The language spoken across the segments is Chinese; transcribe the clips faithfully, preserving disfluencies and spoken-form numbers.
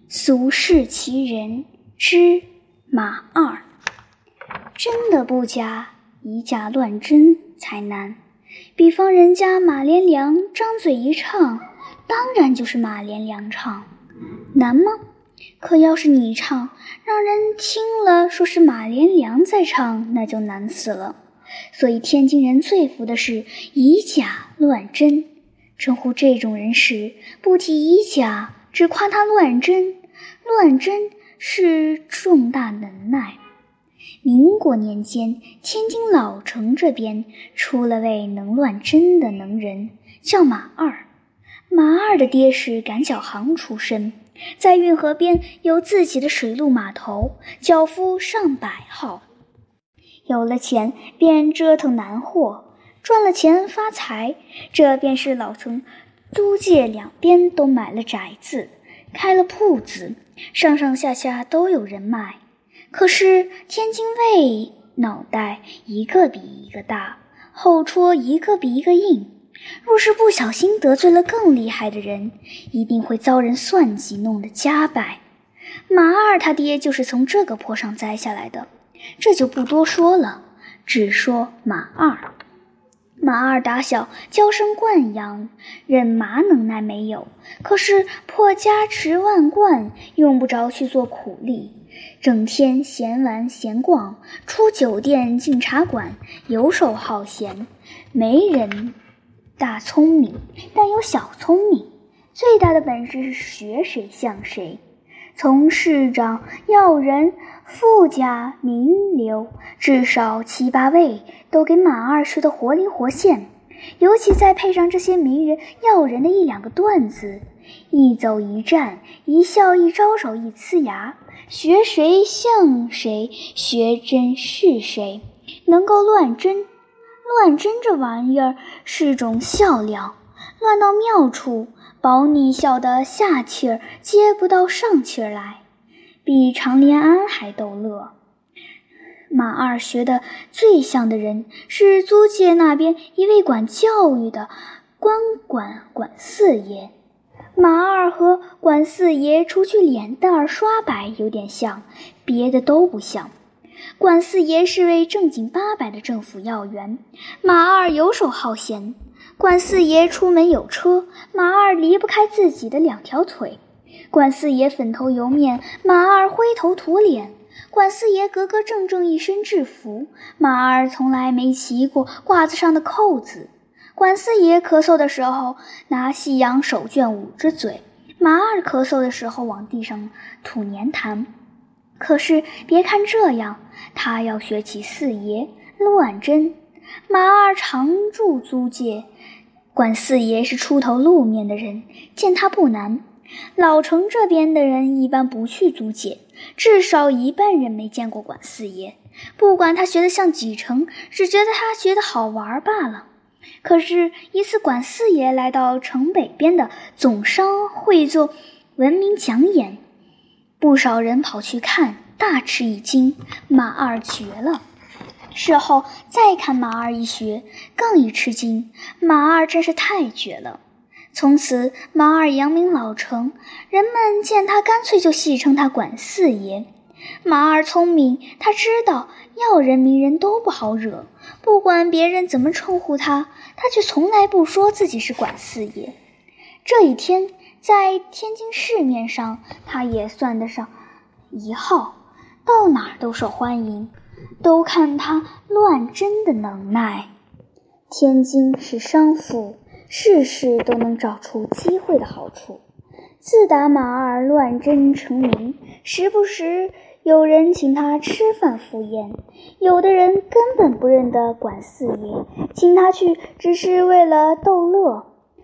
俗世奇人之马二。真的不假，以假乱真才难。比方人家马连良张嘴一唱，当然就是马连良唱，难吗？可要是你唱，让人听了说是马连良在唱，那就难死了。所以天津人最服的是以假乱真，称呼这种人时，不提以假，只夸他乱真。乱真是重大能耐。民国年间，天津老城这边出了位能乱真的能人，叫马二。马二的爹是赶脚行出身，在运河边有自己的水陆码头，脚夫上百号。有了钱便折腾南货，赚了钱发财，这便是老城租界两边都买了宅子，开了铺子，上上下下都有人脉。可是天津卫脑袋一个比一个大，后戳一个比一个硬，若是不小心得罪了更厉害的人，一定会遭人算计，弄得家败。马二他爹就是从这个坡上栽下来的，这就不多说了，只说马二。马二打小娇生惯养，任马能耐没有，可是破家持万贯，用不着去做苦力，整天闲玩闲逛，出酒店进茶馆，游手好闲，没人大聪明，但有小聪明，最大的本事是学谁像谁。从市长、要人、富家、名流，至少七八位都给马二学得活灵活现，尤其再配上这些名人要人的一两个段子，一走一站，一笑一招手一呲牙，学谁像谁，学真是谁，能够乱真。乱真这玩意儿是种笑料，乱到妙处，保你笑得下气儿接不到上气儿来，比常连安还逗乐。马二学的最像的人是租界那边一位管教育的官管管四爷。马二和管四爷除去脸蛋儿刷白有点像，别的都不像。管四爷是位正经八百的政府要员，马二游手好闲。管四爷出门有车，马二离不开自己的两条腿。管四爷粉头油面，马二灰头土脸。管四爷格格正正一身制服，马二从来没齐过褂子上的扣子。管四爷咳嗽的时候拿西洋手绢捂着嘴，马二咳嗽的时候往地上吐粘痰。可是别看这样，他要学起四爷乱真。马二常住租界，管四爷是出头露面的人，见他不难。老城这边的人一般不去租界，至少一半人没见过管四爷，不管他学得像几成，只觉得他学得好玩罢了。可是一次管四爷来到城北边的总商会做文明讲演，不少人跑去看，大吃一惊，马二绝了。事后再看马二一学，更一吃惊，马二真是太绝了。从此马二扬名老城，人们见他干脆就戏称他管四爷。马二聪明，他知道要人名人都不好惹，不管别人怎么称呼他，他却从来不说自己是管四爷。这一天在天津市面上，他也算得上一号，到哪儿都受欢迎，都看他乱真的能耐。天津是商埠，事事都能找出机会的好处。自打马二乱真成名，时不时有人请他吃饭赴宴，有的人根本不认得管四爷，请他去只是为了逗乐。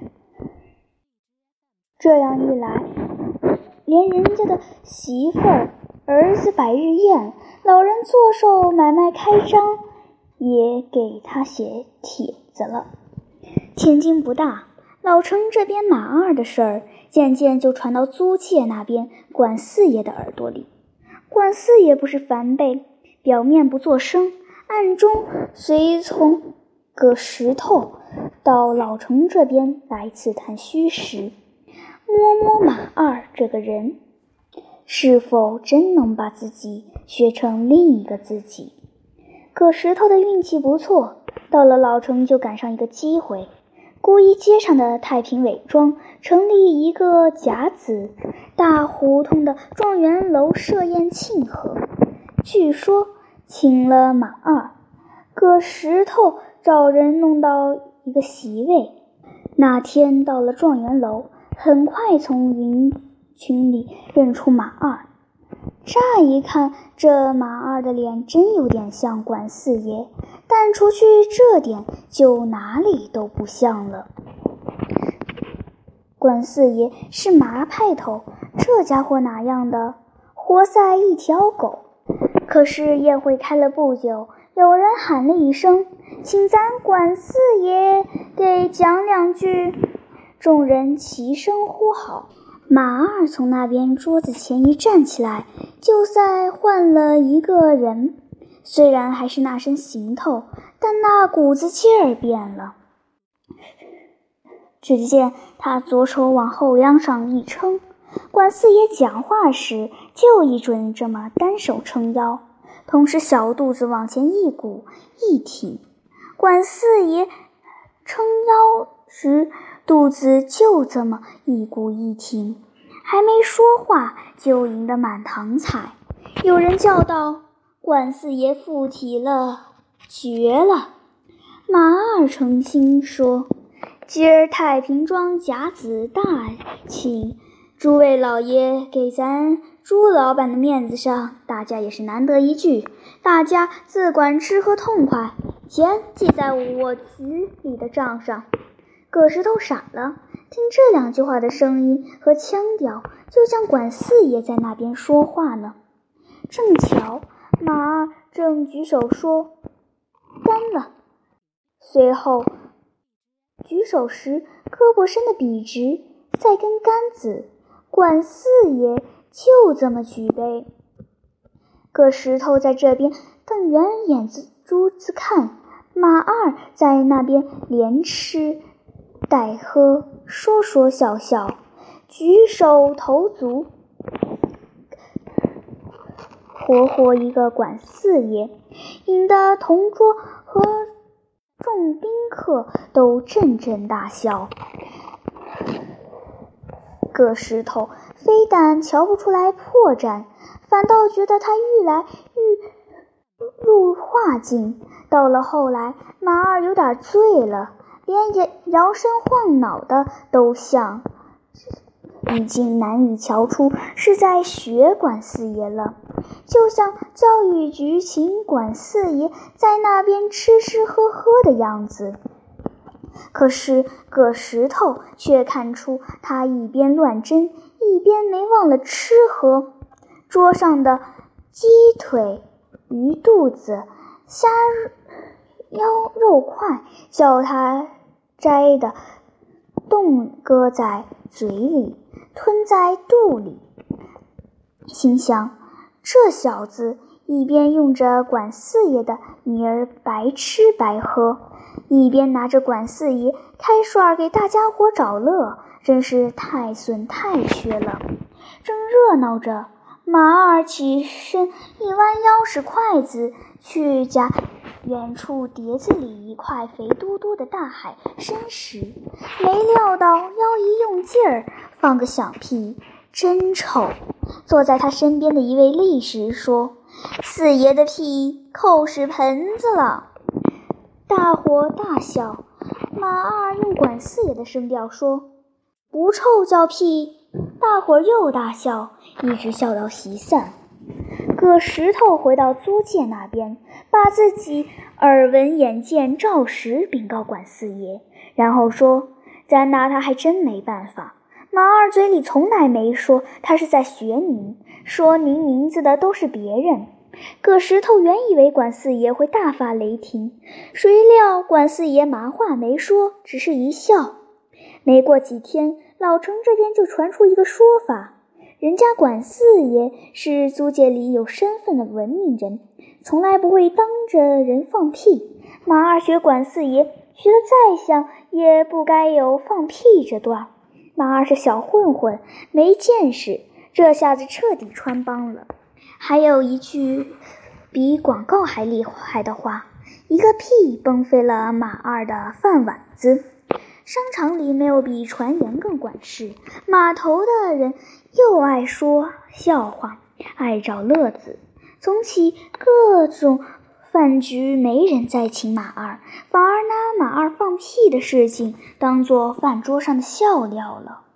这样一来，连人家的媳妇儿、儿子百日宴，老人做寿买卖开张，也给他写帖子了。天津不大，老城这边马二的事儿渐渐就传到租界那边管四爷的耳朵里。管四爷不是凡辈，表面不作声，暗中随从个石头到老城这边来刺探虚实，摸摸马二这个人。 是否真能把自己学成另一个自己？可石头的运气不错，到了老城就赶上一个机会，故意街上的太平伪装，成立一个甲子大胡同的状元楼设宴庆贺。据说请了马二，葛石头找人弄到一个席位。那天到了状元楼，很快从人群里认出马二。乍一看，这马二的脸真有点像管四爷，但除去这点，就哪里都不像了。管四爷是麻派头，这家伙哪样的？活赛一条狗。可是宴会开了不久，有人喊了一声：“请咱管四爷给讲两句。”众人齐声呼好。马二从那边桌子前一站起来，就赛换了一个人，虽然还是那身行头，但那股子劲儿变了。只见他左手往后腰上一撑，管四爷讲话时就一准这么单手撑腰，同时小肚子往前一鼓一挺。管四爷撑腰时肚子就这么一鼓一挺，还没说话就赢得满堂彩。有人叫道：“管四爷附体了，绝了！”马二诚心说：“今儿太平庄甲子大庆，诸位老爷给咱朱老板的面子上，大家也是难得一聚，大家自管吃喝痛快，钱记在我局里的账上。”葛石头傻了，听这两句话的声音和腔调，就像管四爷在那边说话呢。正巧马二正举手说：“干了。”随后举手时胳膊伸得笔直，再根杆子，管四爷就这么举杯。葛石头在这边瞪圆眼珠子看，马二在那边连吃带喝，说说笑笑，举手投足，活活一个管四爷，引得同桌和众宾客都阵阵大笑。葛石头非但瞧不出来破绽，反倒觉得他愈来愈入画境。到了后来，马二有点醉了，连摇身晃脑的都像，已经难以瞧出是在学管四爷了，就像教育局请管四爷在那边吃吃喝喝的样子。可是葛石头却看出他一边乱真，一边没忘了吃喝。桌上的鸡腿、鱼肚子、虾腰肉块，叫他摘的冻搁在嘴里，吞在肚里。心想，这小子一边用着管四爷的米儿白吃白喝，一边拿着管四爷开涮给大家伙找乐，真是太损太缺了。正热闹着，马二起身一弯腰，使筷子去夹远处碟子里一块肥嘟嘟的大海参石，没料到腰一用劲儿，放个响屁，真臭。坐在他身边的一位力士说：“四爷的屁扣屎盆子了。”大伙大笑。马二用管四爷的声调说：“不臭叫屁。”大伙又大笑，一直笑到席散。葛石头回到租界那边，把自己耳闻眼见照实禀告管四爷，然后说：“咱拿他还真没办法。马二嘴里从来没说他是在学您，说您名字的都是别人。”葛石头原以为管四爷会大发雷霆，谁料管四爷麻话没说，只是一笑。没过几天，老城这边就传出一个说法，人家管四爷是租界里有身份的文明人，从来不会当着人放屁。马二学管四爷，学得再像也不该有放屁这段。马二是小混混，没见识， 这下子彻底穿帮了。还有一句比广告还厉害的话，一个屁崩飞了马二的饭碗子。商场里没有比传言更管事，码头的人又爱说笑话，爱找乐子。从起各种饭局没人再请马二，反而拿马二放屁的事情当作饭桌上的笑料了。